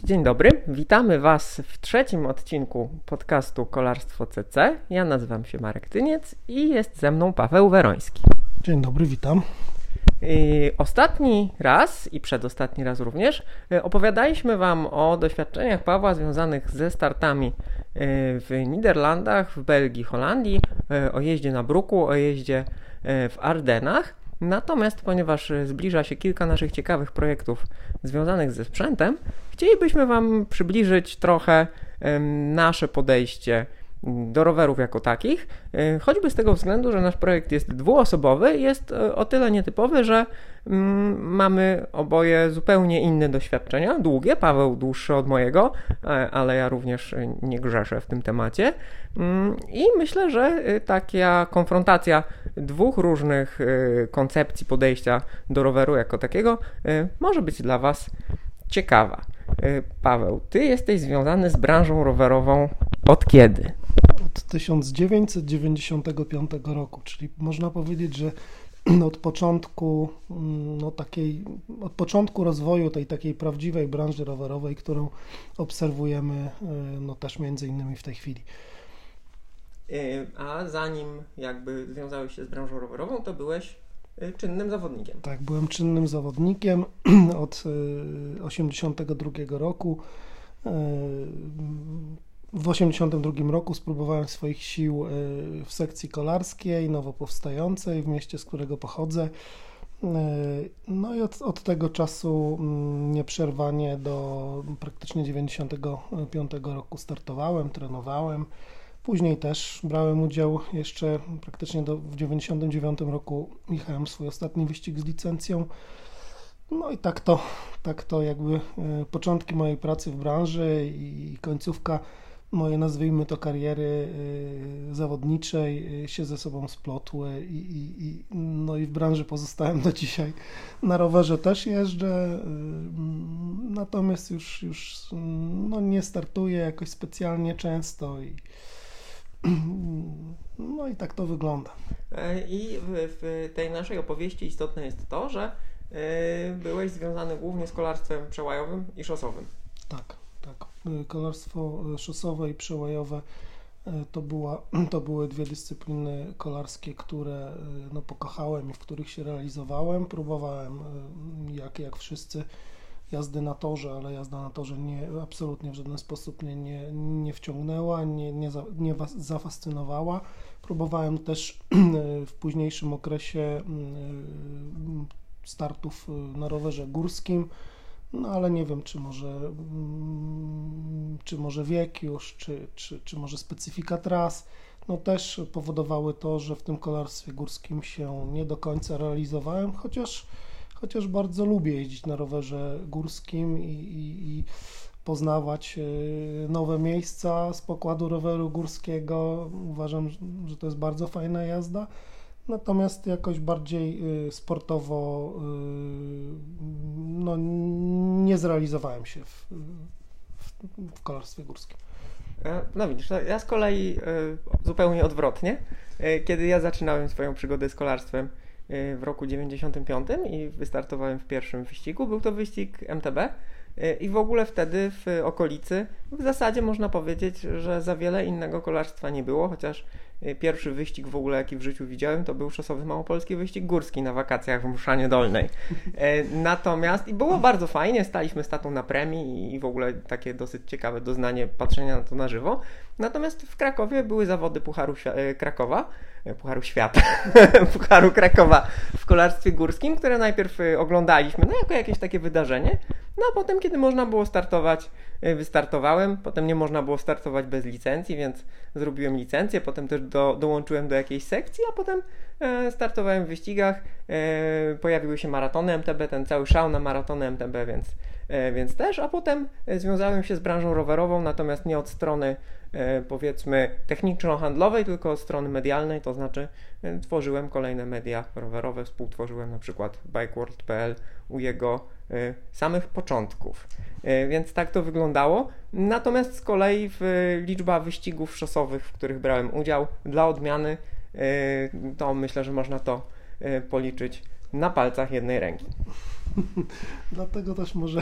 Dzień dobry, witamy Was w trzecim odcinku podcastu Kolarstwo CC. Ja nazywam się Marek Tyniec i jest ze mną Paweł Weroński. Dzień dobry, witam. Ostatni raz i przedostatni raz również opowiadaliśmy Wam o doświadczeniach Pawła związanych ze startami w Niderlandach, w Belgii, Holandii, o jeździe na bruku, o jeździe w Ardenach. Natomiast ponieważ zbliża się kilka naszych ciekawych projektów związanych ze sprzętem, chcielibyśmy Wam przybliżyć trochę nasze podejście do rowerów jako takich, choćby z tego względu, że nasz projekt jest dwuosobowy i jest o tyle nietypowy, że mamy oboje zupełnie inne doświadczenia, długie, Paweł dłuższe od mojego, ale ja również nie grzeszę w tym temacie i myślę, że taka konfrontacja dwóch różnych koncepcji podejścia do roweru jako takiego może być dla Was ciekawa. Paweł, Ty jesteś związany z branżą rowerową od kiedy? Od 1995 roku, czyli można powiedzieć, że od początku rozwoju tej takiej prawdziwej branży rowerowej, którą obserwujemy też między innymi w tej chwili. A zanim jakby związałeś się z branżą rowerową, to byłeś czynnym zawodnikiem. Tak, byłem czynnym zawodnikiem od 1982 roku. W 1982 roku spróbowałem swoich sił w sekcji kolarskiej, nowo powstającej w mieście, z którego pochodzę. No i od tego czasu nieprzerwanie do praktycznie 1995 roku startowałem, trenowałem. Później też brałem udział jeszcze praktycznie w 1999 roku jechałem swój ostatni wyścig z licencją. No i tak to jakby początki mojej pracy w branży i końcówka mojej, nazwijmy to, kariery zawodniczej się ze sobą splotły i w branży pozostałem do dzisiaj. Na rowerze też jeżdżę, natomiast już nie startuję jakoś specjalnie często i tak to wygląda. I w tej naszej opowieści istotne jest to, że byłeś związany głównie z kolarstwem przełajowym i szosowym. Tak. Kolarstwo szosowe i przełajowe to były dwie dyscypliny kolarskie, które pokochałem i w których się realizowałem. Próbowałem, jak wszyscy, jazdy na torze, ale jazda na torze absolutnie w żaden sposób mnie nie wciągnęła, nie zafascynowała. Próbowałem też w późniejszym okresie startów na rowerze górskim, ale nie wiem, czy może wiek już, czy może specyfika tras, też powodowały to, że w tym kolarstwie górskim się nie do końca realizowałem, chociaż bardzo lubię jeździć na rowerze górskim i poznawać nowe miejsca z pokładu roweru górskiego. Uważam, że to jest bardzo fajna jazda. Natomiast jakoś bardziej sportowo nie zrealizowałem się w kolarstwie górskim. No widzisz, ja z kolei zupełnie odwrotnie. Kiedy ja zaczynałem swoją przygodę z kolarstwem w roku 95 i wystartowałem w pierwszym wyścigu, był to wyścig MTB i w ogóle wtedy w okolicy w zasadzie można powiedzieć, że za wiele innego kolarstwa nie było, chociaż pierwszy wyścig w ogóle, jaki w życiu widziałem, to był szosowy małopolski wyścig górski na wakacjach w Mszanie Dolnej. Natomiast i było bardzo fajnie, staliśmy z tatą na premii i w ogóle takie dosyć ciekawe doznanie patrzenia na to na żywo. Natomiast w Krakowie były zawody Pucharu Krakowa, Pucharu Świata, Pucharu Krakowa w kolarstwie górskim, które najpierw oglądaliśmy jako jakieś takie wydarzenie, a potem, kiedy można było startować, wystartowałem, potem nie można było startować bez licencji, więc zrobiłem licencję, potem też dołączyłem do jakiejś sekcji, a potem startowałem w wyścigach, pojawiły się maratony MTB, ten cały szał na maratony MTB, więc też, a potem związałem się z branżą rowerową, natomiast nie od strony powiedzmy techniczno-handlowej, tylko od strony medialnej, to znaczy tworzyłem kolejne media rowerowe, współtworzyłem na przykład bikeworld.pl u jego samych początków, więc tak to wyglądało. Natomiast z kolei liczba wyścigów szosowych, w których brałem udział, dla odmiany, to myślę, że można to policzyć na palcach jednej ręki. Dlatego też może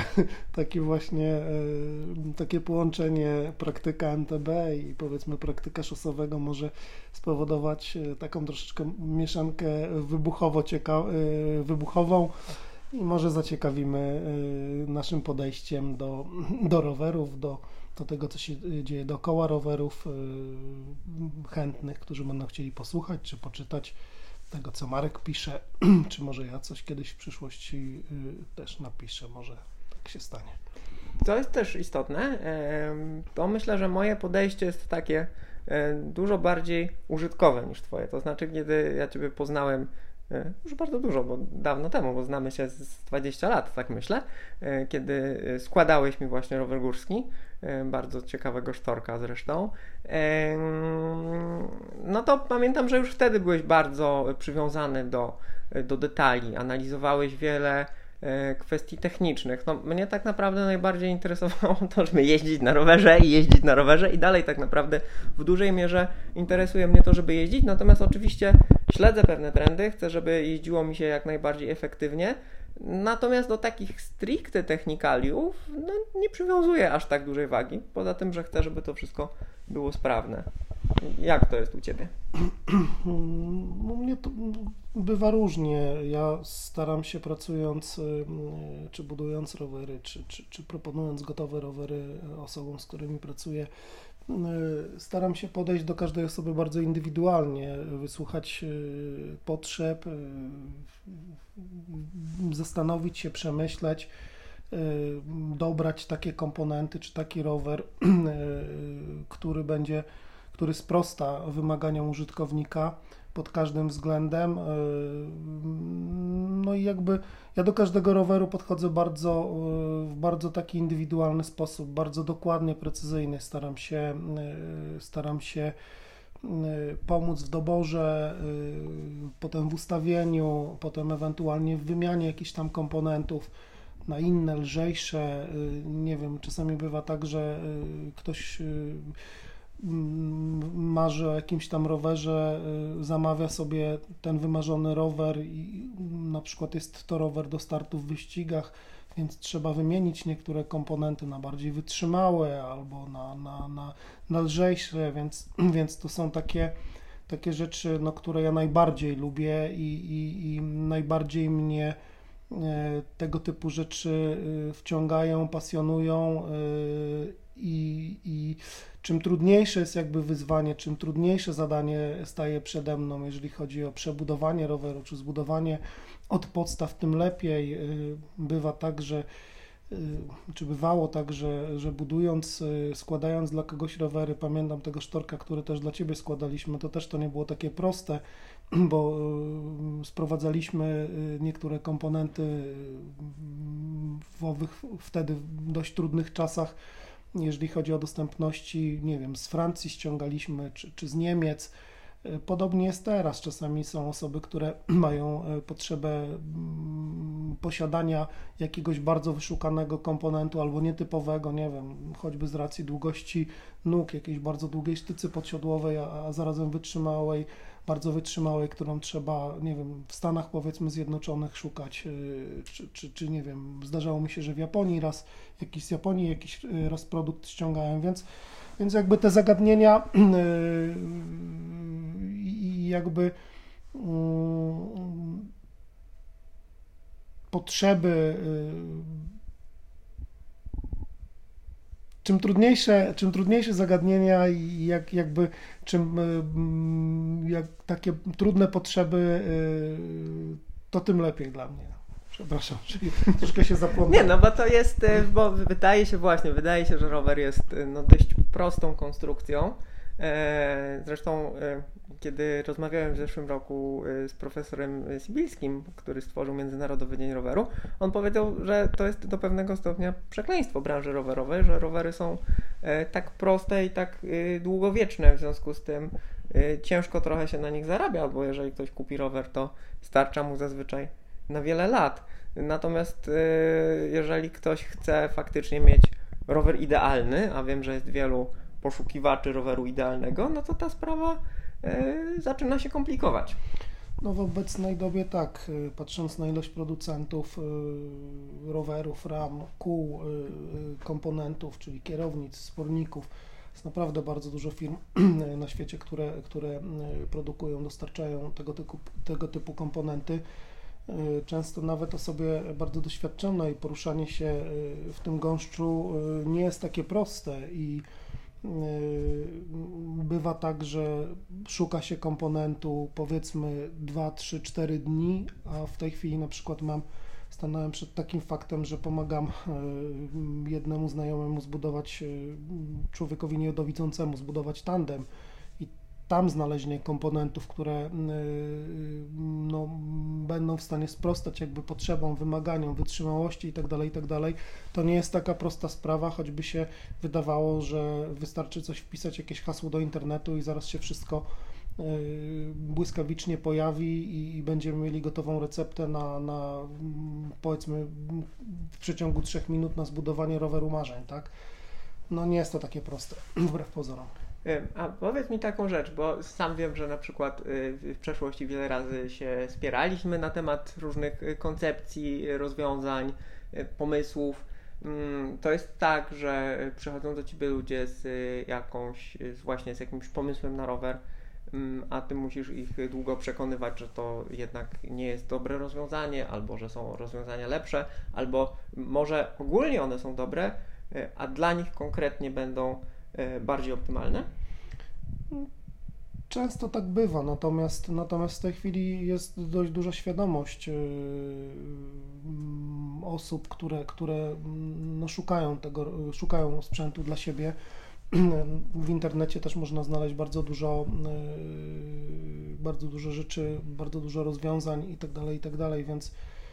takie połączenie praktyka MTB i powiedzmy praktyka szosowego może spowodować taką troszeczkę mieszankę wybuchową i może zaciekawimy naszym podejściem do rowerów, do tego, co się dzieje dookoła rowerów, chętnych, którzy będą chcieli posłuchać czy poczytać tego, co Marek pisze, czy może ja coś kiedyś w przyszłości też napiszę, może tak się stanie. Co jest też istotne, to myślę, że moje podejście jest takie dużo bardziej użytkowe niż twoje. To znaczy, kiedy ja ciebie poznałem już bardzo dużo, bo dawno temu, bo znamy się z 20 lat, tak myślę, kiedy składałeś mi właśnie rower górski, bardzo ciekawego sztorka zresztą, no to pamiętam, że już wtedy byłeś bardzo przywiązany do detali, analizowałeś wiele kwestii technicznych. No, mnie tak naprawdę najbardziej interesowało to, żeby jeździć na rowerze i dalej tak naprawdę w dużej mierze interesuje mnie to, żeby jeździć, natomiast oczywiście śledzę pewne trendy, chcę, żeby jeździło mi się jak najbardziej efektywnie, natomiast do takich stricte technikaliów no, nie przywiązuję aż tak dużej wagi, poza tym, że chcę, żeby to wszystko było sprawne. Jak to jest u Ciebie? U mnie to bywa różnie. Ja staram się pracując, czy budując rowery, czy proponując gotowe rowery osobom, z którymi pracuję, staram się podejść do każdej osoby bardzo indywidualnie, wysłuchać potrzeb, zastanowić się, przemyśleć, dobrać takie komponenty, czy taki rower, który sprosta wymaganiom użytkownika pod każdym względem. No i jakby ja do każdego roweru podchodzę w bardzo taki indywidualny sposób, bardzo dokładnie, precyzyjny. Staram się pomóc w doborze, potem w ustawieniu, potem ewentualnie w wymianie jakichś tam komponentów na inne, lżejsze. Nie wiem, czasami bywa tak, że ktoś marzy o jakimś tam rowerze, zamawia sobie ten wymarzony rower i na przykład jest to rower do startu w wyścigach, więc trzeba wymienić niektóre komponenty na bardziej wytrzymałe albo na lżejsze, więc to są takie rzeczy, no, które ja najbardziej lubię i najbardziej mnie tego typu rzeczy wciągają, pasjonują i czym trudniejsze jest jakby wyzwanie, czym trudniejsze zadanie staje przede mną, jeżeli chodzi o przebudowanie roweru, czy zbudowanie od podstaw, tym lepiej. Bywa tak, czy bywało tak, że budując, składając dla kogoś rowery, pamiętam tego sztorka, który też dla Ciebie składaliśmy, to też to nie było takie proste, bo sprowadzaliśmy niektóre komponenty w owych wtedy dość trudnych czasach, jeżeli chodzi o dostępności, nie wiem, z Francji ściągaliśmy, czy z Niemiec. Podobnie jest teraz. Czasami są osoby, które mają potrzebę posiadania jakiegoś bardzo wyszukanego komponentu albo nietypowego, nie wiem, choćby z racji długości nóg, jakiejś bardzo długiej sztycy podsiodłowej, a zarazem wytrzymałej, bardzo wytrzymałej, którą trzeba, nie wiem, w Stanach powiedzmy Zjednoczonych szukać, czy nie wiem, zdarzało mi się, że w Japonii z Japonii jakiś raz produkt ściągałem, więc jakby te zagadnienia i jakby potrzeby, czym trudniejsze zagadnienia i jak takie trudne potrzeby, to tym lepiej dla mnie. Przepraszam, czyli troszkę się zapomniałem. Nie, no bo to jest, bo wydaje się, że rower jest no, dość prostą konstrukcją. Zresztą kiedy rozmawiałem w zeszłym roku z profesorem Sibilskim, który stworzył Międzynarodowy Dzień Roweru, on powiedział, że to jest do pewnego stopnia przekleństwo branży rowerowej, że rowery są tak proste i tak długowieczne, w związku z tym ciężko trochę się na nich zarabia, bo jeżeli ktoś kupi rower, to starcza mu zazwyczaj na wiele lat. Natomiast jeżeli ktoś chce faktycznie mieć rower idealny, a wiem, że jest wielu poszukiwaczy roweru idealnego, no to ta sprawa zaczyna się komplikować. No w obecnej dobie tak, patrząc na ilość producentów rowerów, ram, kół, komponentów, czyli kierownic, sporników, jest naprawdę bardzo dużo firm na świecie, które produkują, dostarczają tego typu komponenty. Często nawet osobie bardzo doświadczonej poruszanie się w tym gąszczu nie jest takie proste i bywa tak, że szuka się komponentu powiedzmy 2, 3, 4 dni, a w tej chwili na przykład stanąłem przed takim faktem, że pomagam jednemu znajomemu zbudować, człowiekowi niedowidzącemu zbudować tandem i tam znalezienie komponentów, które no, będą w stanie sprostać jakby potrzebom, wymaganiom, wytrzymałości itd., to nie jest taka prosta sprawa, choćby się wydawało, że wystarczy coś wpisać, jakieś hasło do internetu i zaraz się wszystko błyskawicznie pojawi i będziemy mieli gotową receptę na powiedzmy w przeciągu 3 minut na zbudowanie roweru marzeń, tak? No nie jest to takie proste, wbrew pozorom. A powiedz mi taką rzecz, bo sam wiem, że na przykład w przeszłości wiele razy się spieraliśmy na temat różnych koncepcji, rozwiązań, pomysłów. To jest tak, że przychodzą do Ciebie ludzie właśnie z jakimś pomysłem na rower, a Ty musisz ich długo przekonywać, że to jednak nie jest dobre rozwiązanie, albo że są rozwiązania lepsze, albo może ogólnie one są dobre, a dla nich konkretnie będą bardziej optymalne? Często tak bywa, natomiast w tej chwili jest dość duża świadomość osób, które no szukają sprzętu dla siebie. W internecie też można znaleźć bardzo dużo rzeczy, bardzo dużo rozwiązań itd., więc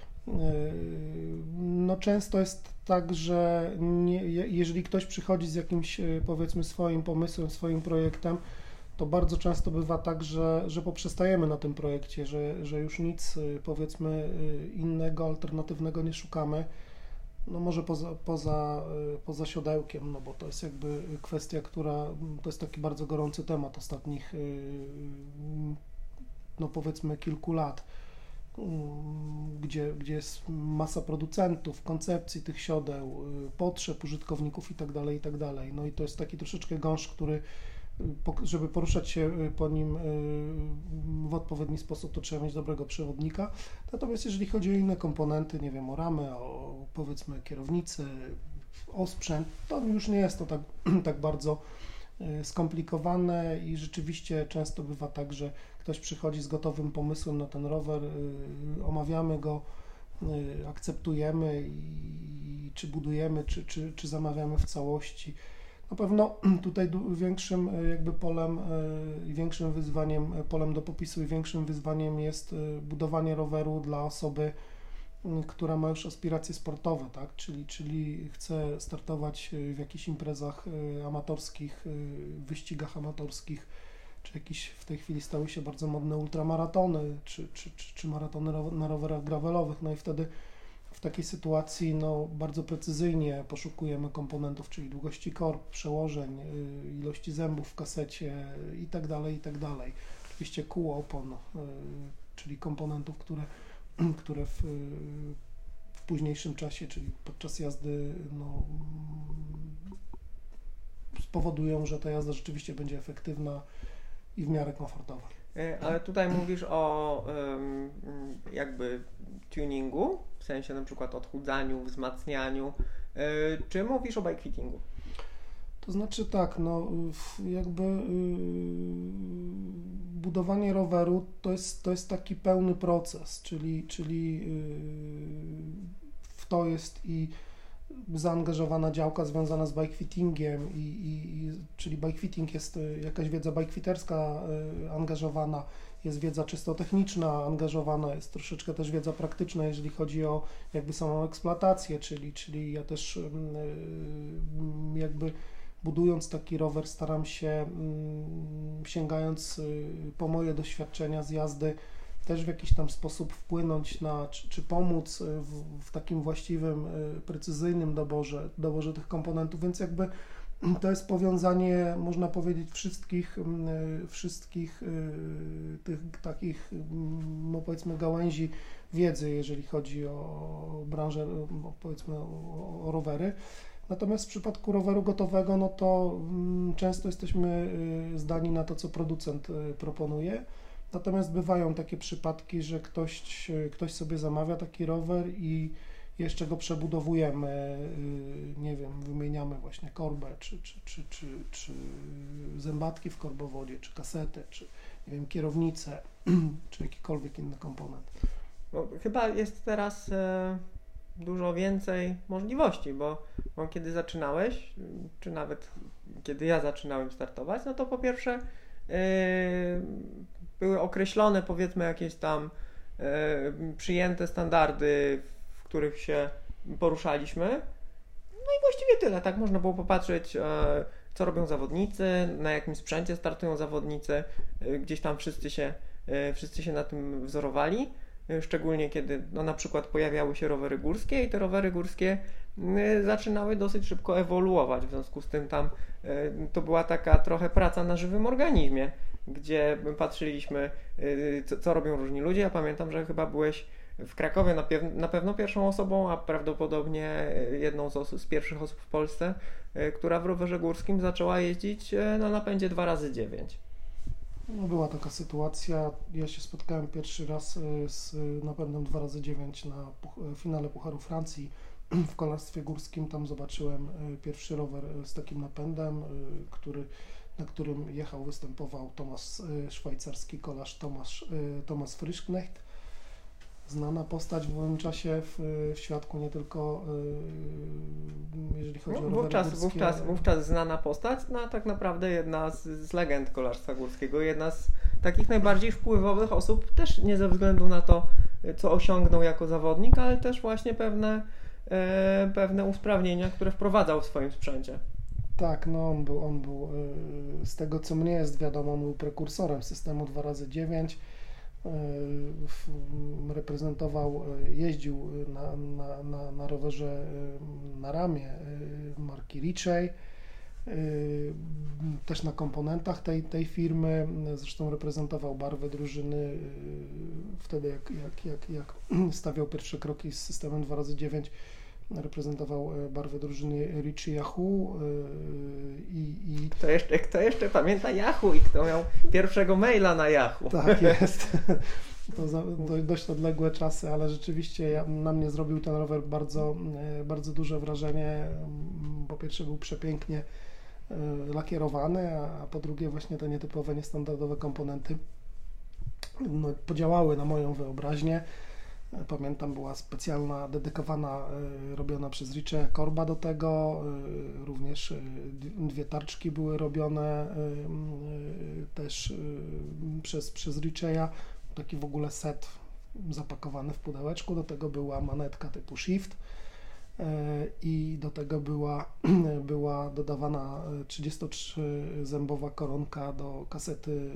no często jest tak, że jeżeli ktoś przychodzi z jakimś powiedzmy swoim pomysłem, swoim projektem, to bardzo często bywa tak, że poprzestajemy na tym projekcie, że już nic powiedzmy innego, alternatywnego nie szukamy. No może poza siodełkiem, no bo to jest jakby kwestia, to jest taki bardzo gorący temat ostatnich no powiedzmy kilku lat, gdzie jest masa producentów, koncepcji tych siodeł, potrzeb użytkowników itd. No i to jest taki troszeczkę gąszcz, który żeby poruszać się po nim w odpowiedni sposób, to trzeba mieć dobrego przewodnika. Natomiast jeżeli chodzi o inne komponenty, nie wiem, o ramę, o powiedzmy kierownicy, o sprzęt, to już nie jest to tak bardzo skomplikowane i rzeczywiście często bywa tak, że ktoś przychodzi z gotowym pomysłem na ten rower, omawiamy go, akceptujemy i czy budujemy, czy zamawiamy w całości. Na pewno tutaj większym jakby polem i większym wyzwaniem, polem do popisu i większym wyzwaniem jest budowanie roweru dla osoby, która ma już aspiracje sportowe, tak? Czyli chce startować w jakichś imprezach amatorskich, wyścigach amatorskich, czy jakieś w tej chwili stały się bardzo modne ultramaratony, czy maratony na rowerach gravelowych, no i wtedy w takiej sytuacji no, bardzo precyzyjnie poszukujemy komponentów, czyli długości korb, przełożeń, ilości zębów w kasecie itd. Oczywiście kół, opon, czyli komponentów, które w późniejszym czasie, czyli podczas jazdy no, spowodują, że ta jazda rzeczywiście będzie efektywna i w miarę komfortowa. Ale tutaj mówisz o jakby tuningu, w sensie na przykład odchudzaniu, wzmacnianiu, czy mówisz o bike fittingu? To znaczy tak, no jakby budowanie roweru to jest taki pełny proces, czyli w to jest i zaangażowana działka związana z bike fittingiem, czyli bike fitting jest jakaś wiedza bikefiterska angażowana, jest wiedza czysto techniczna angażowana, jest troszeczkę też wiedza praktyczna, jeżeli chodzi o jakby samą eksploatację, czyli ja też jakby budując taki rower staram się, sięgając po moje doświadczenia z jazdy, też w jakiś tam sposób wpłynąć na, czy pomóc w takim właściwym, precyzyjnym doborze tych komponentów, więc jakby To jest powiązanie, można powiedzieć, wszystkich tych takich, no powiedzmy, gałęzi wiedzy, jeżeli chodzi o branżę, powiedzmy, o rowery. Natomiast w przypadku roweru gotowego, no to często jesteśmy zdani na to, co producent proponuje. Natomiast bywają takie przypadki, że ktoś sobie zamawia taki rower i jeszcze go przebudowujemy, nie wiem, wymieniamy właśnie korbę, czy zębatki w korbowodzie, czy kasetę, czy nie wiem, kierownicę, czy jakikolwiek inny komponent. No, chyba jest teraz dużo więcej możliwości, bo kiedy zaczynałeś, czy nawet kiedy ja zaczynałem startować, no to po pierwsze były określone, powiedzmy, jakieś tam przyjęte standardy, w których się poruszaliśmy. No i właściwie tyle, tak można było popatrzeć, co robią zawodnicy, na jakim sprzęcie startują zawodnicy, gdzieś tam wszyscy się na tym wzorowali. Szczególnie kiedy na przykład pojawiały się rowery górskie i te rowery górskie zaczynały dosyć szybko ewoluować, w związku z tym tam to była taka trochę praca na żywym organizmie, gdzie patrzyliśmy, co robią różni ludzie. Ja pamiętam, że chyba byłeś w Krakowie na pewno pierwszą osobą, a prawdopodobnie jedną z pierwszych osób w Polsce, która w rowerze górskim zaczęła jeździć na napędzie 2x9. No była taka sytuacja, ja się spotkałem pierwszy raz z napędem 2x9 na finale Pucharu Francji w kolarstwie górskim. Tam zobaczyłem pierwszy rower z takim napędem, na którym występował szwajcarski kolarz Thomas Frischknecht. Znana postać w owym czasie w świadku, nie tylko jeżeli chodzi o rowery górskie. Wówczas znana postać, no a tak naprawdę jedna z legend kolarstwa górskiego, jedna z takich najbardziej wpływowych osób, też nie ze względu na to, co osiągnął jako zawodnik, ale też właśnie pewne usprawnienia, które wprowadzał w swoim sprzęcie. Tak, no on był z tego, co mnie jest wiadomo, on był prekursorem systemu 2x9. Jeździł na rowerze na ramię marki Ritchey, też na komponentach tej firmy, zresztą reprezentował barwę drużyny wtedy, jak stawiał pierwsze kroki z systemem 2x9, reprezentował barwę drużyny Richie Yahoo i... Kto jeszcze pamięta Yahoo i kto miał pierwszego maila na Yahoo? Tak jest. To dość odległe czasy, ale rzeczywiście na mnie zrobił ten rower bardzo, bardzo duże wrażenie. Po pierwsze był przepięknie lakierowany, a po drugie właśnie te nietypowe, niestandardowe komponenty podziałały na moją wyobraźnię. Pamiętam, była specjalna, dedykowana, robiona przez Ritchie korba do tego, również dwie tarczki były robione też przez Ritcheya, taki w ogóle set zapakowany w pudełeczku, do tego była manetka typu Shift i do tego była dodawana 33-zębowa koronka do kasety,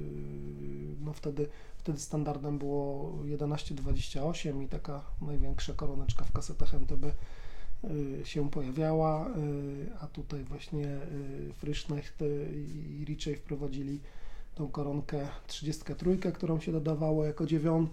no wtedy standardem było 1128 i taka największa koroneczka w kasetach MTB się pojawiała, a tutaj właśnie Frischknecht i Ritchey wprowadzili tą koronkę 33, którą się dodawało jako 9.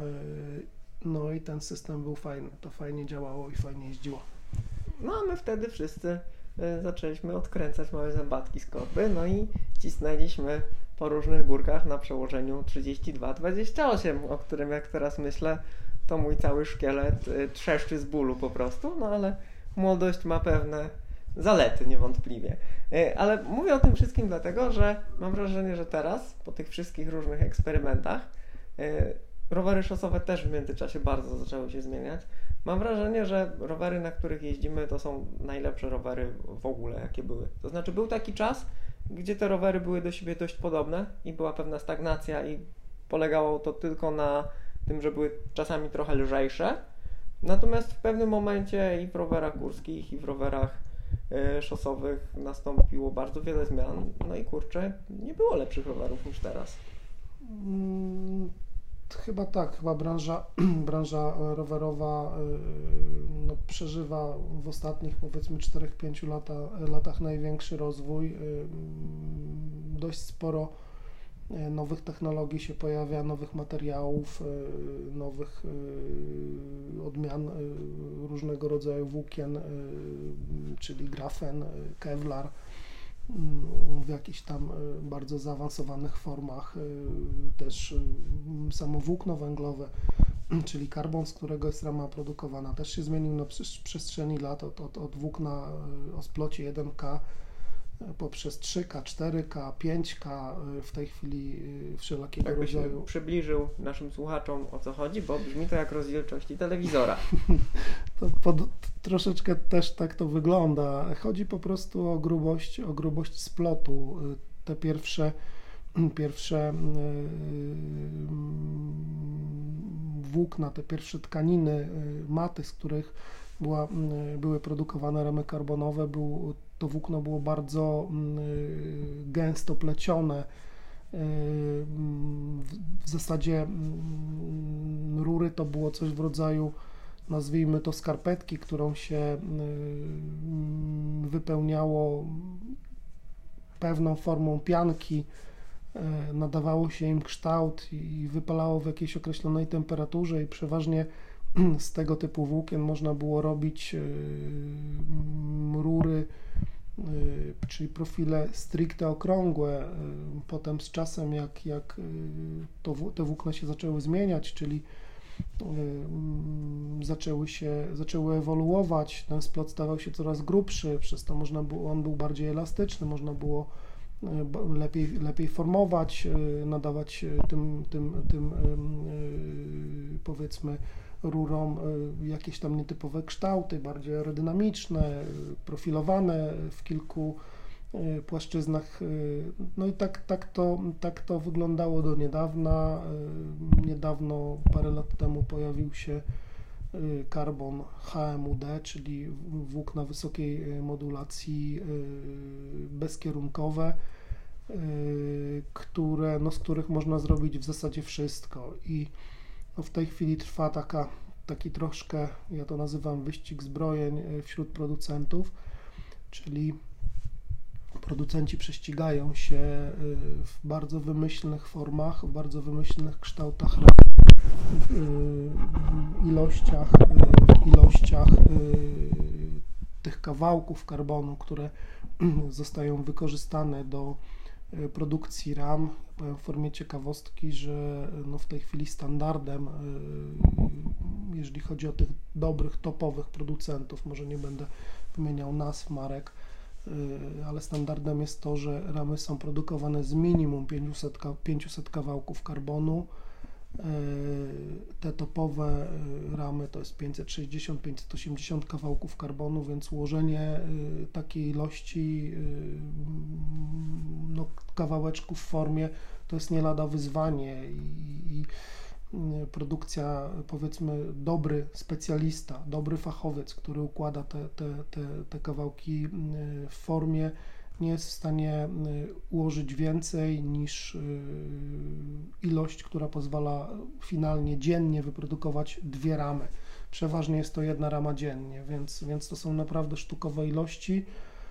No i ten system był fajny, to fajnie działało i fajnie jeździło. No a my wtedy wszyscy zaczęliśmy odkręcać małe zębatki z korby, no i cisnęliśmy po różnych górkach na przełożeniu 32-28, o którym jak teraz myślę, to mój cały szkielet trzeszczy z bólu po prostu, no ale młodość ma pewne zalety niewątpliwie. Ale mówię o tym wszystkim dlatego, że mam wrażenie, że teraz, po tych wszystkich różnych eksperymentach, rowery szosowe też w międzyczasie bardzo zaczęły się zmieniać. Mam wrażenie, że rowery, na których jeździmy, to są najlepsze rowery w ogóle, jakie były. To znaczy był taki czas, gdzie te rowery były do siebie dość podobne i była pewna stagnacja i polegało to tylko na tym, że były czasami trochę lżejsze. Natomiast w pewnym momencie i w rowerach górskich, i w rowerach szosowych nastąpiło bardzo wiele zmian. No i kurczę, nie było lepszych rowerów niż teraz. Chyba tak, chyba branża rowerowa przeżywa w ostatnich powiedzmy 4-5 latach największy rozwój. Dość sporo nowych technologii się pojawia, nowych materiałów, nowych odmian różnego rodzaju włókien, czyli grafen, kevlar, w jakichś tam bardzo zaawansowanych formach, też samo włókno węglowe, czyli karbon, z którego jest rama produkowana, też się zmienił na przestrzeni lat od włókna o splocie 1K poprzez 3K, 4K, 5K, w tej chwili wszelakiego rodzaju. Przybliżył naszym słuchaczom, o co chodzi, bo brzmi to jak rozdzielczości telewizora. Troszeczkę też tak to wygląda. Chodzi po prostu o grubość splotu. Te pierwsze włókna, te pierwsze tkaniny, maty, z których były produkowane ramy karbonowe, to włókno było bardzo gęsto plecione. W zasadzie rury to było coś w rodzaju, nazwijmy to, skarpetki, którą się wypełniało pewną formą pianki, nadawało się im kształt i wypalało w jakiejś określonej temperaturze i przeważnie z tego typu włókien można było robić rury, czyli profile stricte okrągłe. Potem z czasem, jak te włókna się zaczęły zmieniać, czyli zaczęły ewoluować, ten splot stawał się coraz grubszy, przez to on był bardziej elastyczny, można było lepiej formować, nadawać tym powiedzmy rurom jakieś tam nietypowe kształty, bardziej aerodynamiczne, profilowane w kilku płaszczyznach. No i tak to wyglądało do niedawna. Niedawno, parę lat temu, pojawił się karbon HMUD, czyli włókna wysokiej modulacji bezkierunkowe, z których można zrobić w zasadzie wszystko. I w tej chwili trwa taki troszkę, ja to nazywam, wyścig zbrojeń wśród producentów, czyli producenci prześcigają się w bardzo wymyślnych formach, w bardzo wymyślnych kształtach, ilościach tych kawałków karbonu, które zostają wykorzystane do produkcji ram. Powiem w formie ciekawostki, że w tej chwili standardem, jeżeli chodzi o tych dobrych, topowych producentów, może nie będę wymieniał nazw marek, ale standardem jest to, że ramy są produkowane z minimum 500 kawałków karbonu. Te topowe ramy to jest 560-580 kawałków karbonu, więc ułożenie takiej ilości kawałeczków w formie to jest nie lada wyzwanie i produkcja, powiedzmy, dobry specjalista, dobry fachowiec, który układa te kawałki w formie, nie jest w stanie ułożyć więcej niż ilość, która pozwala finalnie dziennie wyprodukować 2 ramy. Przeważnie jest to 1 rama dziennie, więc to są naprawdę sztukowe ilości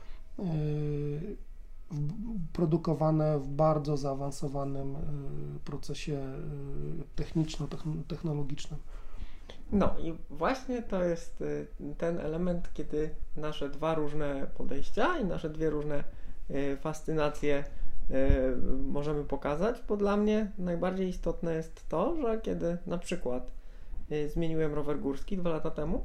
produkowane w bardzo zaawansowanym procesie techniczno-technologicznym. No i właśnie to jest ten element, kiedy nasze 2 różne podejścia i nasze 2 różne fascynacje możemy pokazać, bo dla mnie najbardziej istotne jest to, że kiedy na przykład zmieniłem rower górski 2 lata temu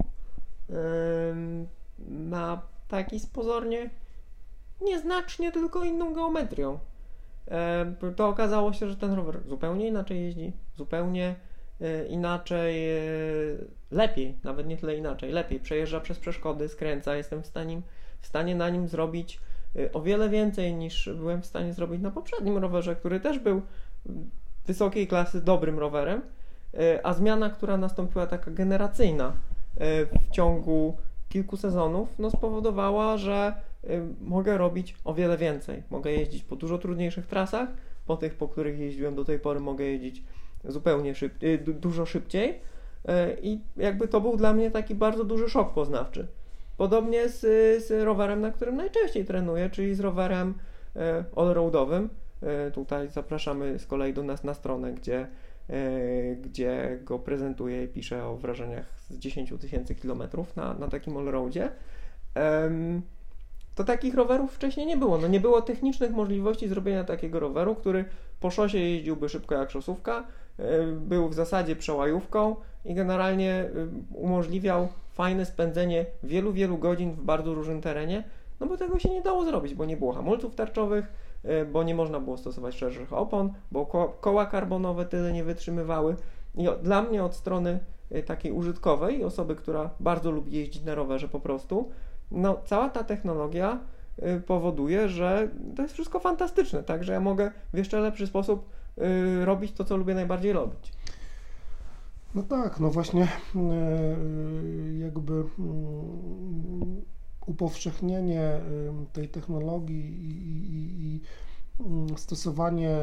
na taki z pozornie nieznacznie tylko inną geometrią, to okazało się, że ten rower zupełnie inaczej jeździ, zupełnie inaczej, lepiej, nawet nie tyle inaczej, lepiej przejeżdża przez przeszkody, skręca, jestem w stanie na nim zrobić o wiele więcej niż byłem w stanie zrobić na poprzednim rowerze, który też był wysokiej klasy dobrym rowerem, a zmiana, która nastąpiła taka generacyjna w ciągu kilku sezonów, spowodowała, że mogę robić o wiele więcej. Mogę jeździć po dużo trudniejszych trasach, po tych, po których jeździłem do tej pory, mogę jeździć zupełnie dużo szybciej i jakby to był dla mnie taki bardzo duży szok poznawczy. Podobnie z rowerem, na którym najczęściej trenuję, czyli z rowerem allroadowym. Tutaj zapraszamy z kolei do nas na stronę, gdzie go prezentuję i piszę o wrażeniach z 10 000 kilometrów na takim allroadzie. To takich rowerów wcześniej nie było. No nie było technicznych możliwości zrobienia takiego roweru, który po szosie jeździłby szybko jak szosówka, był w zasadzie przełajówką i generalnie umożliwiał fajne spędzenie wielu godzin w bardzo różnym terenie, no bo tego się nie dało zrobić, bo nie było hamulców tarczowych, bo nie można było stosować szerszych opon, bo koła karbonowe tyle nie wytrzymywały. I dla mnie od strony takiej użytkowej, osoby, która bardzo lubi jeździć na rowerze po prostu, no cała ta technologia powoduje, że to jest wszystko fantastyczne, tak, że ja mogę w jeszcze lepszy sposób robić to, co lubię najbardziej robić. No tak, no właśnie jakby upowszechnienie tej technologii i stosowanie,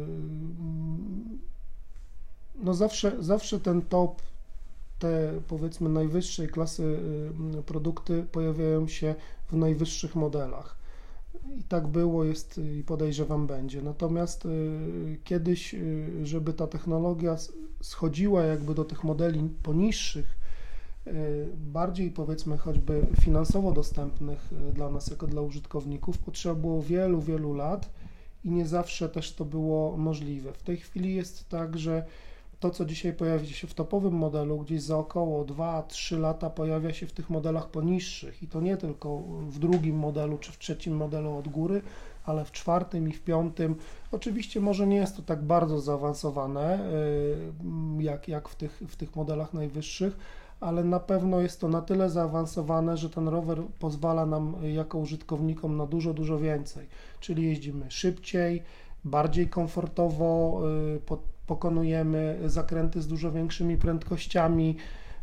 no zawsze ten top, te powiedzmy najwyższej klasy produkty pojawiają się w najwyższych modelach. I tak było, jest i podejrzewam będzie. Natomiast kiedyś, żeby ta technologia schodziła jakby do tych modeli poniższych, bardziej powiedzmy choćby finansowo dostępnych dla nas jako dla użytkowników, potrzeba było wielu lat i nie zawsze też to było możliwe. W tej chwili jest tak, że to, co dzisiaj pojawia się w topowym modelu, gdzieś za około 2-3 lata pojawia się w tych modelach poniższych i to nie tylko w drugim modelu czy w trzecim modelu od góry, ale w czwartym i w piątym. Oczywiście może nie jest to tak bardzo zaawansowane jak w tych modelach najwyższych, ale na pewno jest to na tyle zaawansowane, że ten rower pozwala nam jako użytkownikom na dużo więcej, czyli jeździmy szybciej, bardziej komfortowo, pokonujemy zakręty z dużo większymi prędkościami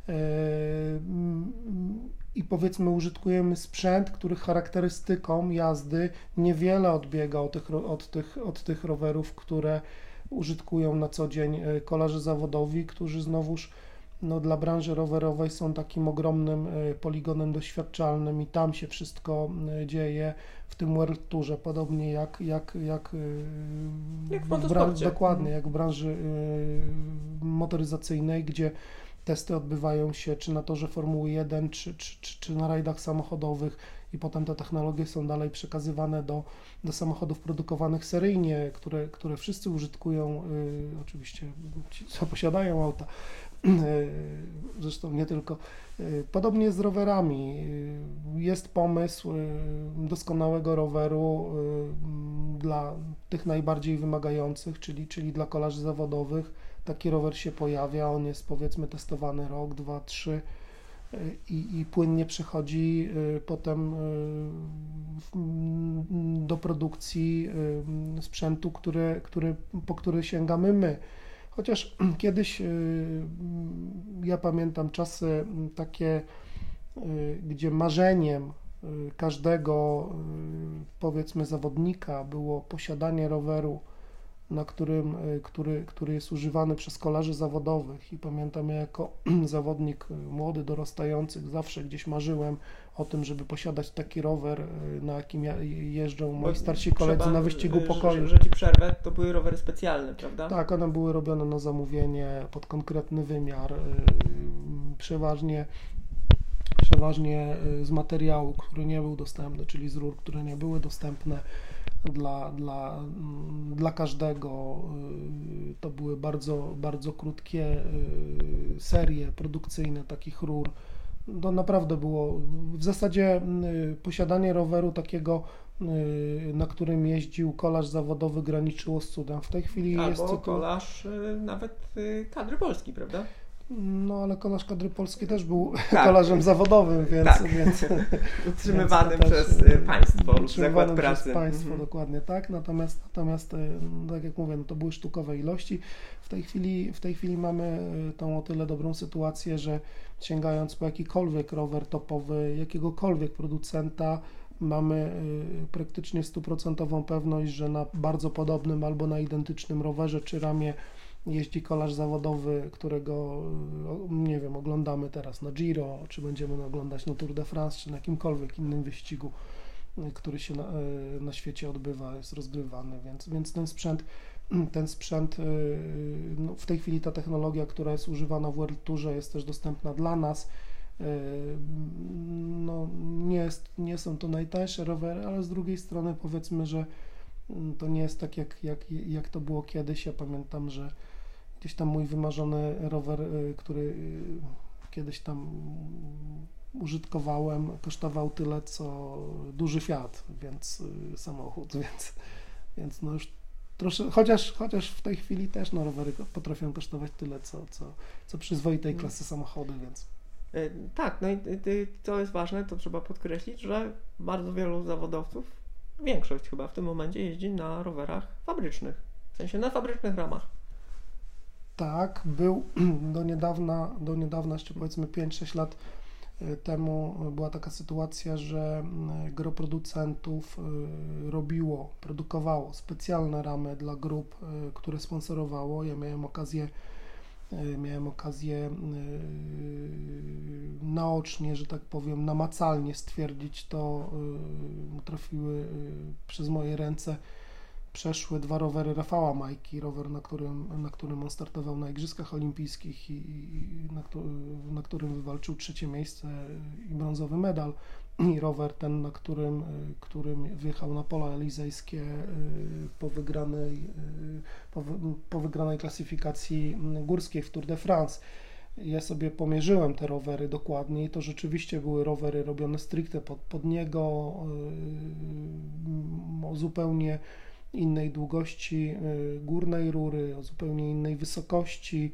i powiedzmy użytkujemy sprzęt, który charakterystyką jazdy niewiele odbiega od tych rowerów, które użytkują na co dzień kolarze zawodowi, którzy znowuż no, dla branży rowerowej są takim ogromnym poligonem doświadczalnym i tam się wszystko dzieje w tym World Tourze, podobnie jak w branży, dokładnie, jak w branży motoryzacyjnej, gdzie testy odbywają się czy na torze Formuły 1, czy na rajdach samochodowych i potem te technologie są dalej przekazywane do samochodów produkowanych seryjnie, które wszyscy użytkują, oczywiście ci, co posiadają auta, zresztą nie tylko. Podobnie jest z rowerami. Jest pomysł doskonałego roweru dla tych najbardziej wymagających, czyli dla kolarzy zawodowych. Taki rower się pojawia, on jest powiedzmy testowany rok, 2, 3 i płynnie przechodzi potem do produkcji sprzętu, po który sięgamy my. Chociaż kiedyś ja pamiętam czasy takie, gdzie marzeniem każdego powiedzmy zawodnika było posiadanie roweru, który jest używany przez kolarzy zawodowych i pamiętam, ja jako zawodnik młody, dorastający, zawsze gdzieś marzyłem o tym, żeby posiadać taki rower, na jakim jeżdżą moi starsi koledzy na wyścigu pokoju. Że ci przerwę, to były rowery specjalne, prawda? Tak, one były robione na zamówienie, pod konkretny wymiar, przeważnie z materiału, który nie był dostępny, czyli z rur, które nie były dostępne dla każdego. To były bardzo krótkie serie produkcyjne takich rur. To naprawdę było w zasadzie posiadanie roweru takiego, na którym jeździł kolarz zawodowy, graniczyło z cudem. W tej chwili albo jest tytuł... kolarz nawet kadry polskiej, prawda? No, ale kolarz kadry polskiej też był kolarzem zawodowym, więc... Tak. więc utrzymywanym przez państwo lub zakład pracy. Przez państwo, dokładnie tak. Natomiast, tak jak mówię, no to były sztukowe ilości. W tej chwili mamy tą o tyle dobrą sytuację, że sięgając po jakikolwiek rower topowy, jakiegokolwiek producenta, mamy praktycznie 100% pewność, że na bardzo podobnym albo na identycznym rowerze czy ramie jeździ kolarz zawodowy, którego, nie wiem, oglądamy teraz na Giro, czy będziemy oglądać na Tour de France, czy na jakimkolwiek innym wyścigu, który się na świecie odbywa, jest rozgrywany, więc ten sprzęt, no w tej chwili ta technologia, która jest używana w World Tourze, jest też dostępna dla nas. No, nie są to najtańsze rowery, ale z drugiej strony powiedzmy, że to nie jest tak jak to było kiedyś. Ja pamiętam, że gdzieś tam mój wymarzony rower, który kiedyś tam użytkowałem, kosztował tyle co duży Fiat, więc samochód, więc no już troszkę, chociaż w tej chwili też no, rowery potrafią kosztować tyle co przyzwoitej klasy samochody, więc. Tak, no i to jest ważne, to trzeba podkreślić, że bardzo wielu zawodowców, większość chyba w tym momencie jeździ na rowerach fabrycznych, w sensie na fabrycznych ramach. Tak, był do niedawna, jeszcze powiedzmy 5-6 lat temu była taka sytuacja, że gro producentów produkowało specjalne ramy dla grup, które sponsorowało. Ja miałem okazję naocznie, że tak powiem, namacalnie stwierdzić to. Trafiły przez moje ręce, przeszły 2 rowery Rafała Majki, rower, na którym on startował na Igrzyskach Olimpijskich i na którym wywalczył 3. miejsce i brązowy medal, i rower ten, na którym wjechał na pola elizejskie po wygranej klasyfikacji górskiej w Tour de France. Ja sobie pomierzyłem te rowery dokładnie i to rzeczywiście były rowery robione stricte pod niego, o zupełnie innej długości górnej rury, o zupełnie innej wysokości.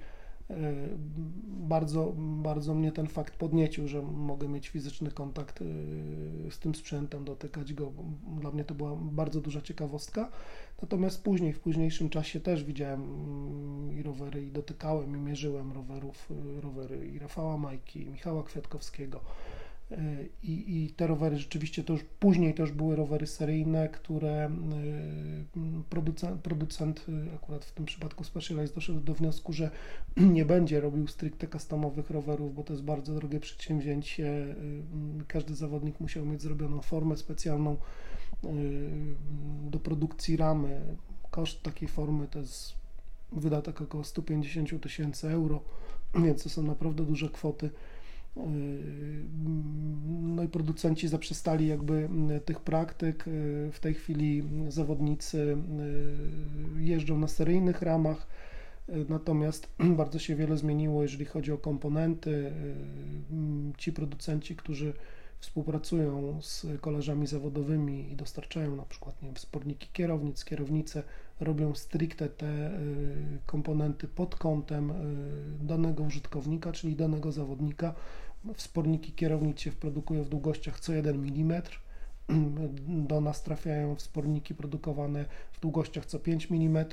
Bardzo mnie ten fakt podniecił, że mogę mieć fizyczny kontakt z tym sprzętem, dotykać go. Dla mnie to była bardzo duża ciekawostka. Natomiast w późniejszym czasie też widziałem i rowery, i dotykałem, i mierzyłem rowery i Rafała Majki, i Michała Kwiatkowskiego. I te rowery rzeczywiście później to już były rowery seryjne, które producent akurat w tym przypadku Specialized doszedł do wniosku, że nie będzie robił stricte customowych rowerów, bo to jest bardzo drogie przedsięwzięcie. Każdy zawodnik musiał mieć zrobioną formę specjalną do produkcji ramy. Koszt takiej formy to jest wydatek około 150 000 euro, więc to są naprawdę duże kwoty. No i producenci zaprzestali jakby tych praktyk. W tej chwili zawodnicy jeżdżą na seryjnych ramach, natomiast bardzo się wiele zmieniło, jeżeli chodzi o komponenty. Ci producenci, którzy współpracują z kolarzami zawodowymi i dostarczają na przykład, nie wiem, wsporniki kierownic, kierownice, robią stricte te komponenty pod kątem danego użytkownika, czyli danego zawodnika. Wsporniki kierownic się produkuje w długościach co 1 mm. Do nas trafiają wsporniki produkowane w długościach co 5 mm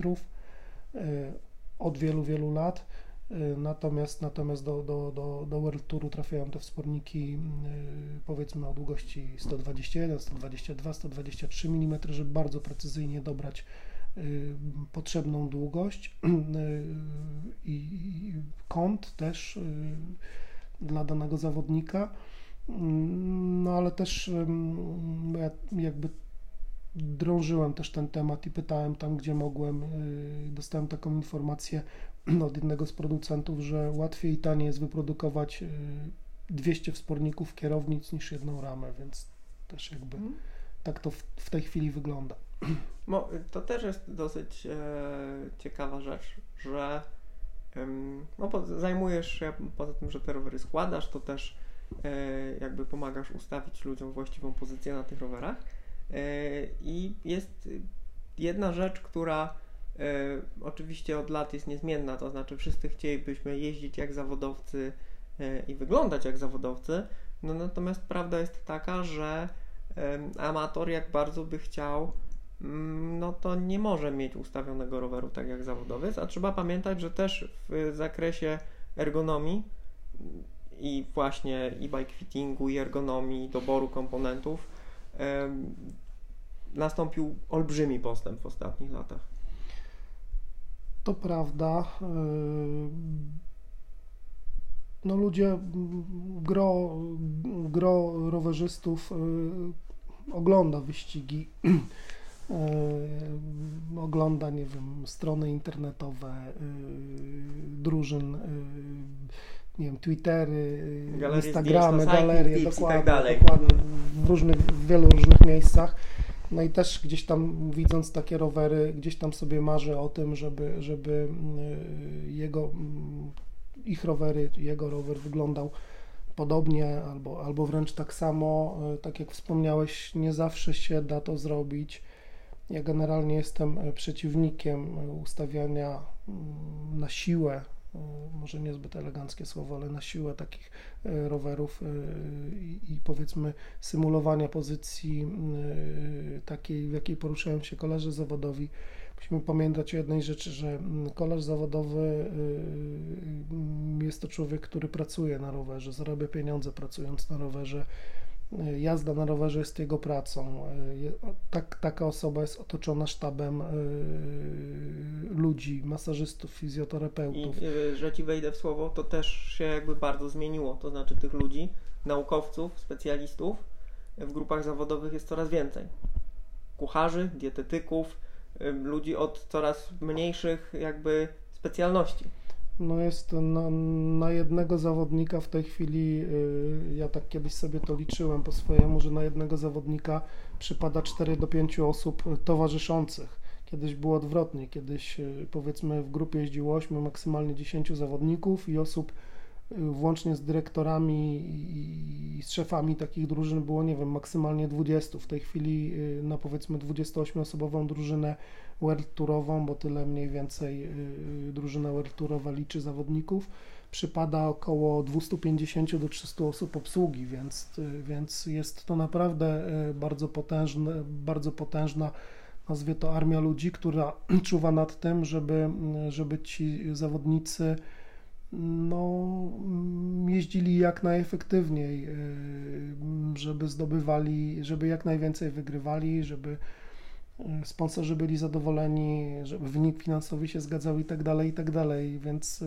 od wielu lat. Natomiast do World Touru trafiają te wsporniki powiedzmy o długości 121, 122, 123 mm, żeby bardzo precyzyjnie dobrać potrzebną długość i kąt też dla danego zawodnika. No ale też ja jakby drążyłem też ten temat i pytałem tam, gdzie mogłem. Dostałem taką informację od jednego z producentów, że łatwiej i taniej jest wyprodukować 200 wsporników kierownic niż jedną ramę, więc też jakby tak to w tej chwili wygląda. To też jest dosyć ciekawa rzecz, że zajmujesz się, poza tym, że te rowery składasz, to też jakby pomagasz ustawić ludziom właściwą pozycję na tych rowerach. I jest jedna rzecz, która oczywiście od lat jest niezmienna, to znaczy wszyscy chcielibyśmy jeździć jak zawodowcy i wyglądać jak zawodowcy, no natomiast prawda jest taka, że amator jak bardzo by chciał, no to nie może mieć ustawionego roweru tak jak zawodowiec, a trzeba pamiętać, że też w zakresie ergonomii i właśnie e-bike fittingu i ergonomii, doboru komponentów nastąpił olbrzymi postęp w ostatnich latach. To prawda. No ludzie, gro rowerzystów ogląda wyścigi, ogląda, nie wiem, strony internetowe drużyn, nie wiem, Twittery, Galerie Instagramy, zdjęć, galerie, tips i dokładnie, tak dalej. dokładnie, w wielu różnych miejscach. No i też gdzieś tam widząc takie rowery, gdzieś tam sobie marzę o tym, żeby ich rowery, jego rower wyglądał podobnie albo wręcz tak samo. Tak jak wspomniałeś, nie zawsze się da to zrobić. Ja generalnie jestem przeciwnikiem ustawiania na siłę, może niezbyt eleganckie słowo, ale na siłę takich rowerów i powiedzmy symulowania pozycji takiej, w jakiej poruszają się kolarze zawodowi. Musimy pamiętać o jednej rzeczy, że kolarz zawodowy jest to człowiek, który pracuje na rowerze, zarabia pieniądze pracując na rowerze. Jazda na rowerze jest jego pracą. Taka osoba jest otoczona sztabem ludzi, masażystów, fizjoterapeutów. I że Ci wejdę w słowo, to też się jakby bardzo zmieniło. To znaczy tych ludzi, naukowców, specjalistów w grupach zawodowych jest coraz więcej. Kucharzy, dietetyków, ludzi od coraz mniejszych jakby specjalności. No jest na jednego zawodnika w tej chwili, ja tak kiedyś sobie to liczyłem po swojemu, że na jednego zawodnika przypada 4 do 5 osób towarzyszących. Kiedyś było odwrotnie, kiedyś powiedzmy w grupie jeździło 8, maksymalnie 10 zawodników i osób włącznie z dyrektorami i z szefami takich drużyn było, nie wiem, maksymalnie 20. W tej chwili na powiedzmy 28-osobową drużynę World Tourową, bo tyle mniej więcej drużyna World Tourowa liczy zawodników, przypada około 250 do 300 osób obsługi, więc jest to naprawdę bardzo potężna, nazwie to armia ludzi, która czuwa nad tym, żeby ci zawodnicy jeździli jak najefektywniej, żeby zdobywali, żeby jak najwięcej wygrywali, żeby sponsorzy byli zadowoleni, żeby wynik finansowy się zgadzał i tak dalej, więc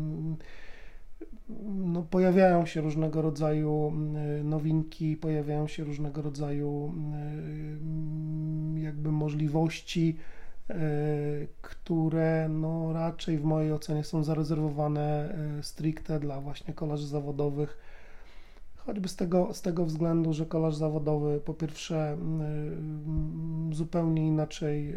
pojawiają się różnego rodzaju nowinki, pojawiają się różnego rodzaju jakby możliwości, które raczej w mojej ocenie są zarezerwowane stricte dla właśnie kolarzy zawodowych, choćby z tego względu, że kolarz zawodowy po pierwsze zupełnie inaczej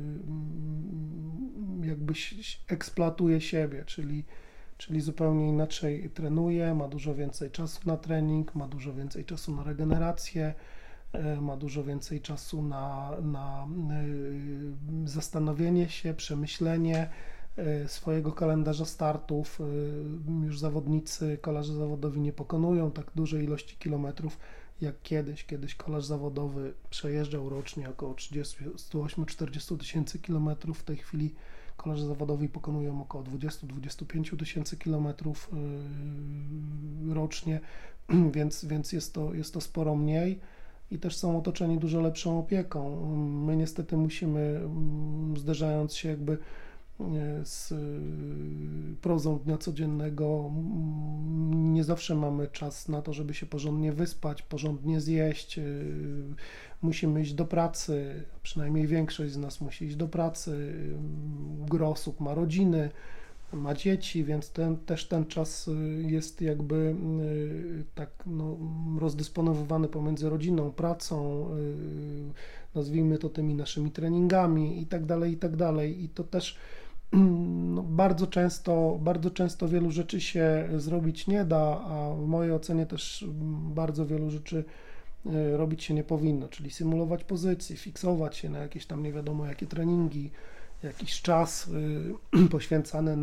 jakby eksploatuje siebie, czyli zupełnie inaczej trenuje, ma dużo więcej czasu na trening, ma dużo więcej czasu na regenerację, ma dużo więcej czasu na zastanowienie się, przemyślenie swojego kalendarza startów. Już kolarze zawodowi nie pokonują tak dużej ilości kilometrów jak kiedyś. Kiedyś kolarz zawodowy przejeżdżał rocznie około 38-40 tysięcy kilometrów. W tej chwili kolarze zawodowi pokonują około 20-25 tysięcy kilometrów rocznie, więc jest to sporo mniej. I też są otoczeni dużo lepszą opieką. My niestety musimy, zderzając się jakby z prozą dnia codziennego, nie zawsze mamy czas na to, żeby się porządnie wyspać, porządnie zjeść. Musimy iść do pracy, przynajmniej większość z nas musi iść do pracy. Gro osób ma rodziny, ma dzieci, więc ten czas jest jakby tak rozdysponowywany pomiędzy rodziną, pracą, nazwijmy to tymi naszymi treningami i tak dalej. I to też bardzo często wielu rzeczy się zrobić nie da, a w mojej ocenie też bardzo wielu rzeczy robić się nie powinno, czyli symulować pozycje, fiksować się na jakieś tam nie wiadomo jakie treningi, jakiś czas poświęcany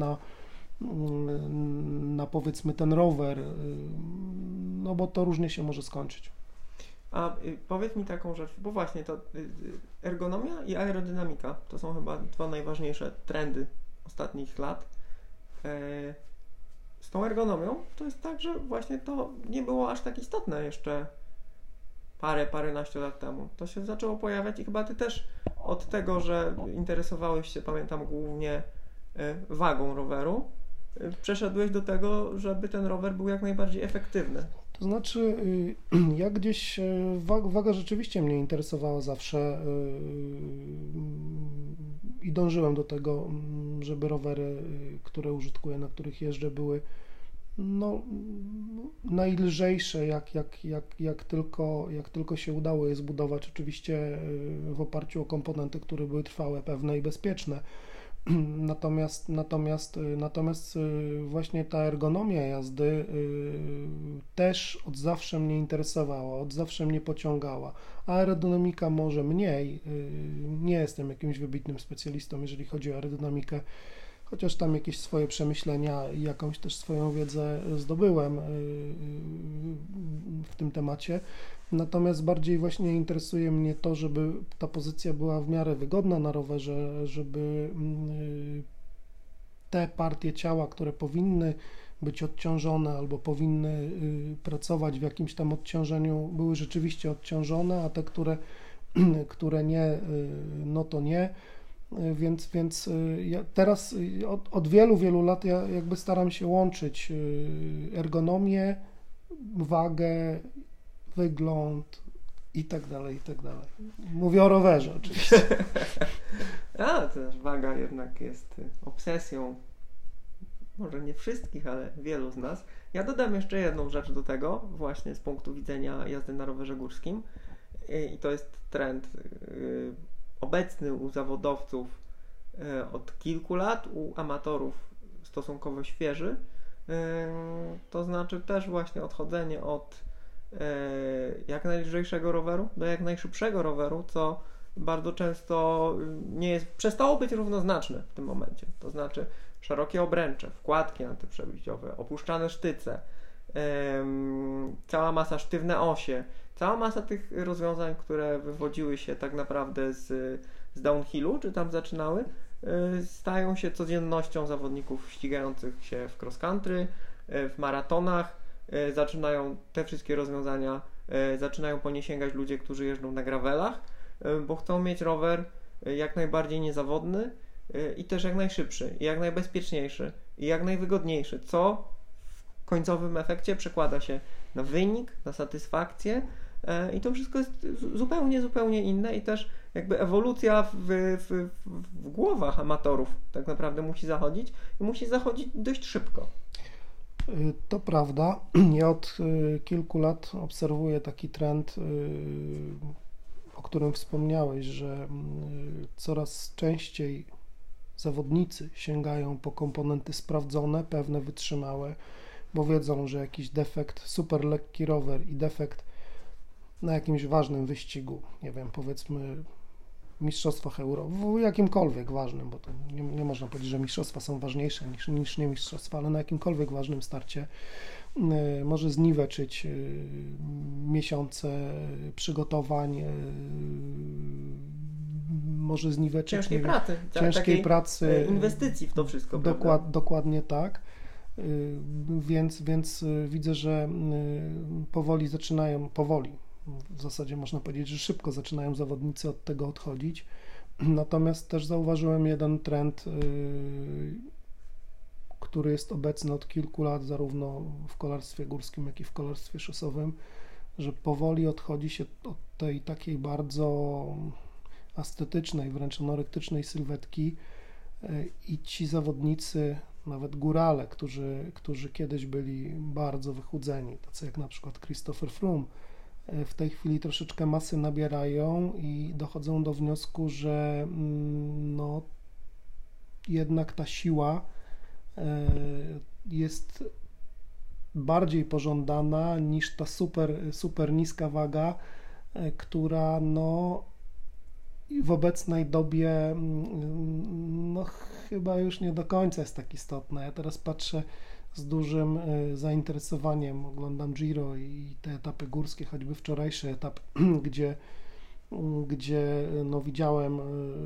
na powiedzmy ten rower, bo to różnie się może skończyć. A powiedz mi taką rzecz, bo właśnie to ergonomia i aerodynamika to są chyba 2 najważniejsze trendy ostatnich lat. Z tą ergonomią to jest tak, że właśnie to nie było aż tak istotne jeszcze paręnaście lat temu. To się zaczęło pojawiać i chyba Ty też od tego, że interesowałeś się, pamiętam, głównie wagą roweru, przeszedłeś do tego, żeby ten rower był jak najbardziej efektywny. To znaczy, ja gdzieś waga rzeczywiście mnie interesowała zawsze i dążyłem do tego, żeby rowery, które użytkuję, na których jeżdżę, były no, najlżejsze, jak tylko się udało je zbudować, oczywiście w oparciu o komponenty, które były trwałe, pewne i bezpieczne. Natomiast właśnie ta ergonomia jazdy też od zawsze mnie interesowała, od zawsze mnie pociągała. Aerodynamika może mniej, nie jestem jakimś wybitnym specjalistą, jeżeli chodzi o aerodynamikę, chociaż tam jakieś swoje przemyślenia i jakąś też swoją wiedzę zdobyłem w tym temacie. Natomiast bardziej właśnie interesuje mnie to, żeby ta pozycja była w miarę wygodna na rowerze, żeby te partie ciała, które powinny być odciążone albo powinny pracować w jakimś tam odciążeniu, były rzeczywiście odciążone, a te, które nie, no to nie. Więc ja teraz od wielu lat ja jakby staram się łączyć ergonomię, wagę, wygląd i tak dalej, i tak dalej. Mówię o rowerze oczywiście. A, to też waga jednak jest obsesją, może nie wszystkich, ale wielu z nas. Ja dodam jeszcze jedną rzecz do tego, właśnie z punktu widzenia jazdy na rowerze górskim, i to jest trend obecny u zawodowców od kilku lat, u amatorów stosunkowo świeży, to znaczy też właśnie odchodzenie od jak najlżejszego roweru do jak najszybszego roweru, co bardzo często przestało być równoznaczne w tym momencie. To znaczy szerokie obręcze, wkładki antyprzebicowe, opuszczane sztyce, cała masa sztywne osie, cała masa tych rozwiązań, które wywodziły się tak naprawdę z downhillu, czy tam zaczynały, stają się codziennością zawodników ścigających się w cross country, w maratonach. Zaczynają te wszystkie rozwiązania, zaczynają po nie sięgać ludzie, którzy jeżdżą na gravelach, bo chcą mieć rower jak najbardziej niezawodny i też jak najszybszy, i jak najbezpieczniejszy, i jak najwygodniejszy, co w końcowym efekcie przekłada się na wynik, na satysfakcję i to wszystko jest zupełnie inne i też jakby ewolucja w głowach amatorów tak naprawdę musi zachodzić i musi zachodzić dość szybko. To prawda. Ja od kilku lat obserwuję taki trend, o którym wspomniałeś, że coraz częściej zawodnicy sięgają po komponenty sprawdzone, pewne, wytrzymałe, bo wiedzą, że jakiś defekt, super lekki rower i defekt na jakimś ważnym wyścigu, nie wiem, powiedzmy mistrzostwach Europy, w jakimkolwiek ważnym, bo to nie można powiedzieć, że mistrzostwa są ważniejsze niż nie mistrzostwa, ale na jakimkolwiek ważnym starcie może zniweczyć miesiące przygotowań, może zniweczyć ciężkiej pracy, inwestycji w to wszystko. Dokładnie tak. Więc widzę, że powoli, w zasadzie można powiedzieć, że szybko zaczynają zawodnicy od tego odchodzić. Natomiast też zauważyłem jeden trend, który jest obecny od kilku lat, zarówno w kolarstwie górskim, jak i w kolarstwie szosowym, że powoli odchodzi się od tej takiej bardzo estetycznej, wręcz anorektycznej sylwetki i ci zawodnicy, nawet górale, którzy kiedyś byli bardzo wychudzeni, tacy jak na przykład Christopher Froome, w tej chwili troszeczkę masy nabierają i dochodzą do wniosku, że no, jednak ta siła jest bardziej pożądana niż ta super niska waga, która no, w obecnej dobie no, chyba już nie do końca jest tak istotna. Ja teraz patrzę z dużym zainteresowaniem, oglądam Giro i te etapy górskie, choćby wczorajszy etap, gdzie no, widziałem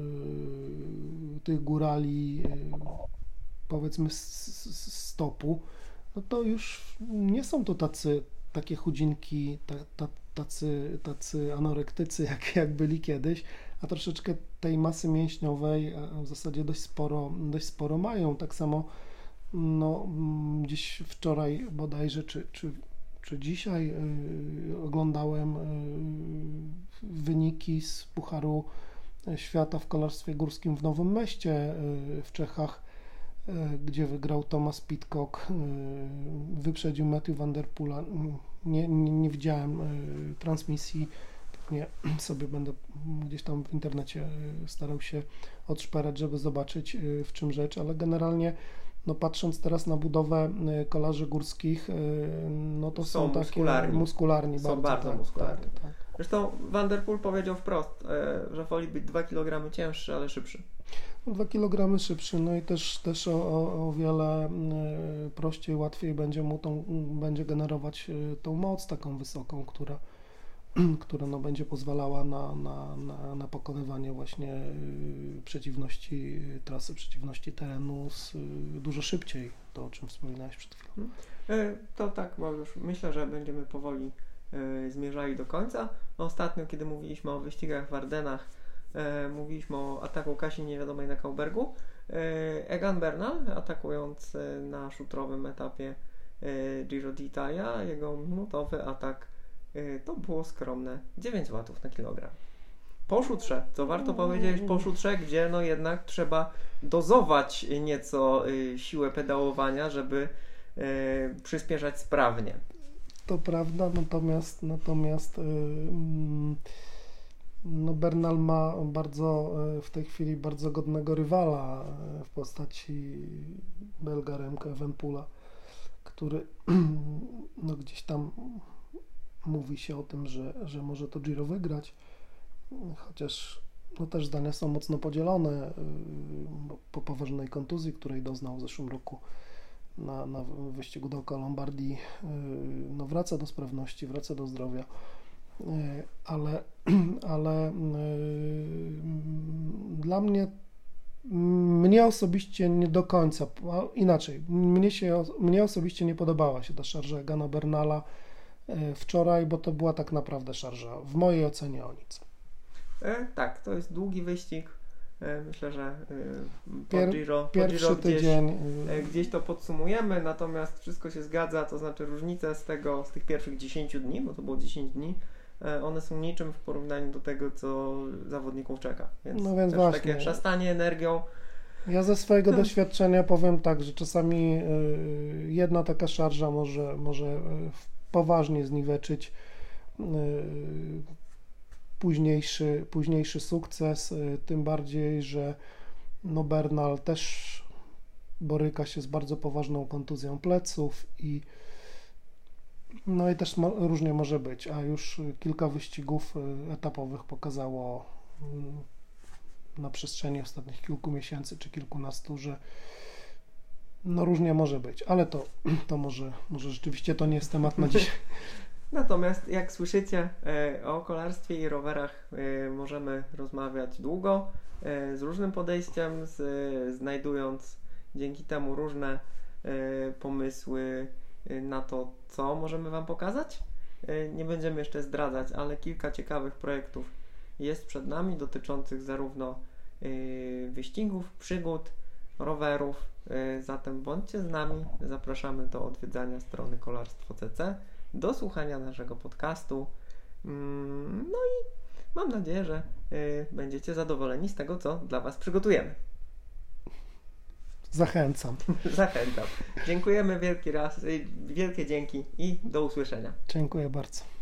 tych górali powiedzmy z topu, no to już nie są to takie chudzinki, tacy anorektycy, jak byli kiedyś, a troszeczkę tej masy mięśniowej w zasadzie dość sporo mają. Tak samo no, gdzieś wczoraj bodajże, czy dzisiaj oglądałem wyniki z Pucharu Świata w kolarstwie górskim w Nowym Meście w Czechach, gdzie wygrał Thomas Pidcock, wyprzedził Matthew van der Poola. Nie widziałem transmisji, pewnie sobie będę gdzieś tam w internecie starał się odszperać, żeby zobaczyć, w czym rzecz, ale generalnie no patrząc teraz na budowę kolarzy górskich, no to są takie muskularni są bardzo muskularni. Tak. Zresztą Van der Poel powiedział wprost, że woli być 2 kg cięższy, ale szybszy. 2 kg szybszy, no i też o wiele prościej, łatwiej będzie generować tą moc taką wysoką, która no będzie pozwalała na pokonywanie właśnie przeciwności trasy, przeciwności terenu dużo szybciej, to o czym wspominałeś przed chwilą. To tak, bo już myślę, że będziemy powoli zmierzali do końca. Ostatnio, kiedy mówiliśmy o wyścigach w Ardenach, mówiliśmy o ataku Kasi Niewiadomej na Kaubergu. Egan Bernal, atakując na szutrowym etapie Giro d'Italia, jego minutowy atak to było skromne 9 watów na kilogram. Po szutrze, co warto powiedzieć, po szutrze, gdzie no jednak trzeba dozować nieco siłę pedałowania, żeby przyspieszać sprawnie. To prawda, natomiast no Bernal ma w tej chwili bardzo godnego rywala w postaci Belga Remka Evenepoela, który no gdzieś tam mówi się o tym, że może to Giro wygrać, chociaż no też zdania są mocno podzielone, bo po poważnej kontuzji, której doznał w zeszłym roku na wyścigu dookoła Lombardii, no wraca do sprawności, wraca do zdrowia, ale dla mnie osobiście nie do końca, inaczej, mnie osobiście nie podobała się ta szarża Egana Bernala wczoraj, bo to była tak naprawdę szarża w mojej ocenie o nic. Tak, to jest długi wyścig. Myślę, że pierwszy tydzień gdzieś to podsumujemy, natomiast wszystko się zgadza, to znaczy różnice z tych pierwszych 10 dni, bo to było 10 dni, one są niczym w porównaniu do tego, co zawodników czeka. Więc właśnie. Takie szastanie energią. Ja ze swojego doświadczenia powiem tak, że czasami jedna taka szarża może poważnie zniweczyć późniejszy sukces, tym bardziej, że no Bernal też boryka się z bardzo poważną kontuzją pleców i też różnie może być, a już kilka wyścigów etapowych pokazało na przestrzeni ostatnich kilku miesięcy czy kilkunastu, że no różnie może być, ale to może rzeczywiście to nie jest temat na dzisiaj. Natomiast jak słyszycie, o kolarstwie i rowerach możemy rozmawiać długo, z różnym podejściem, znajdując dzięki temu różne pomysły na to, co możemy Wam pokazać. Nie będziemy jeszcze zdradzać, ale kilka ciekawych projektów jest przed nami, dotyczących zarówno wyścigów, przygód, rowerów. Zatem bądźcie z nami, zapraszamy do odwiedzania strony Kolarstwo CC, do słuchania naszego podcastu. No i mam nadzieję, że będziecie zadowoleni z tego, co dla Was przygotujemy. Zachęcam. Zachęcam. Dziękujemy wielkie dzięki i do usłyszenia. Dziękuję bardzo.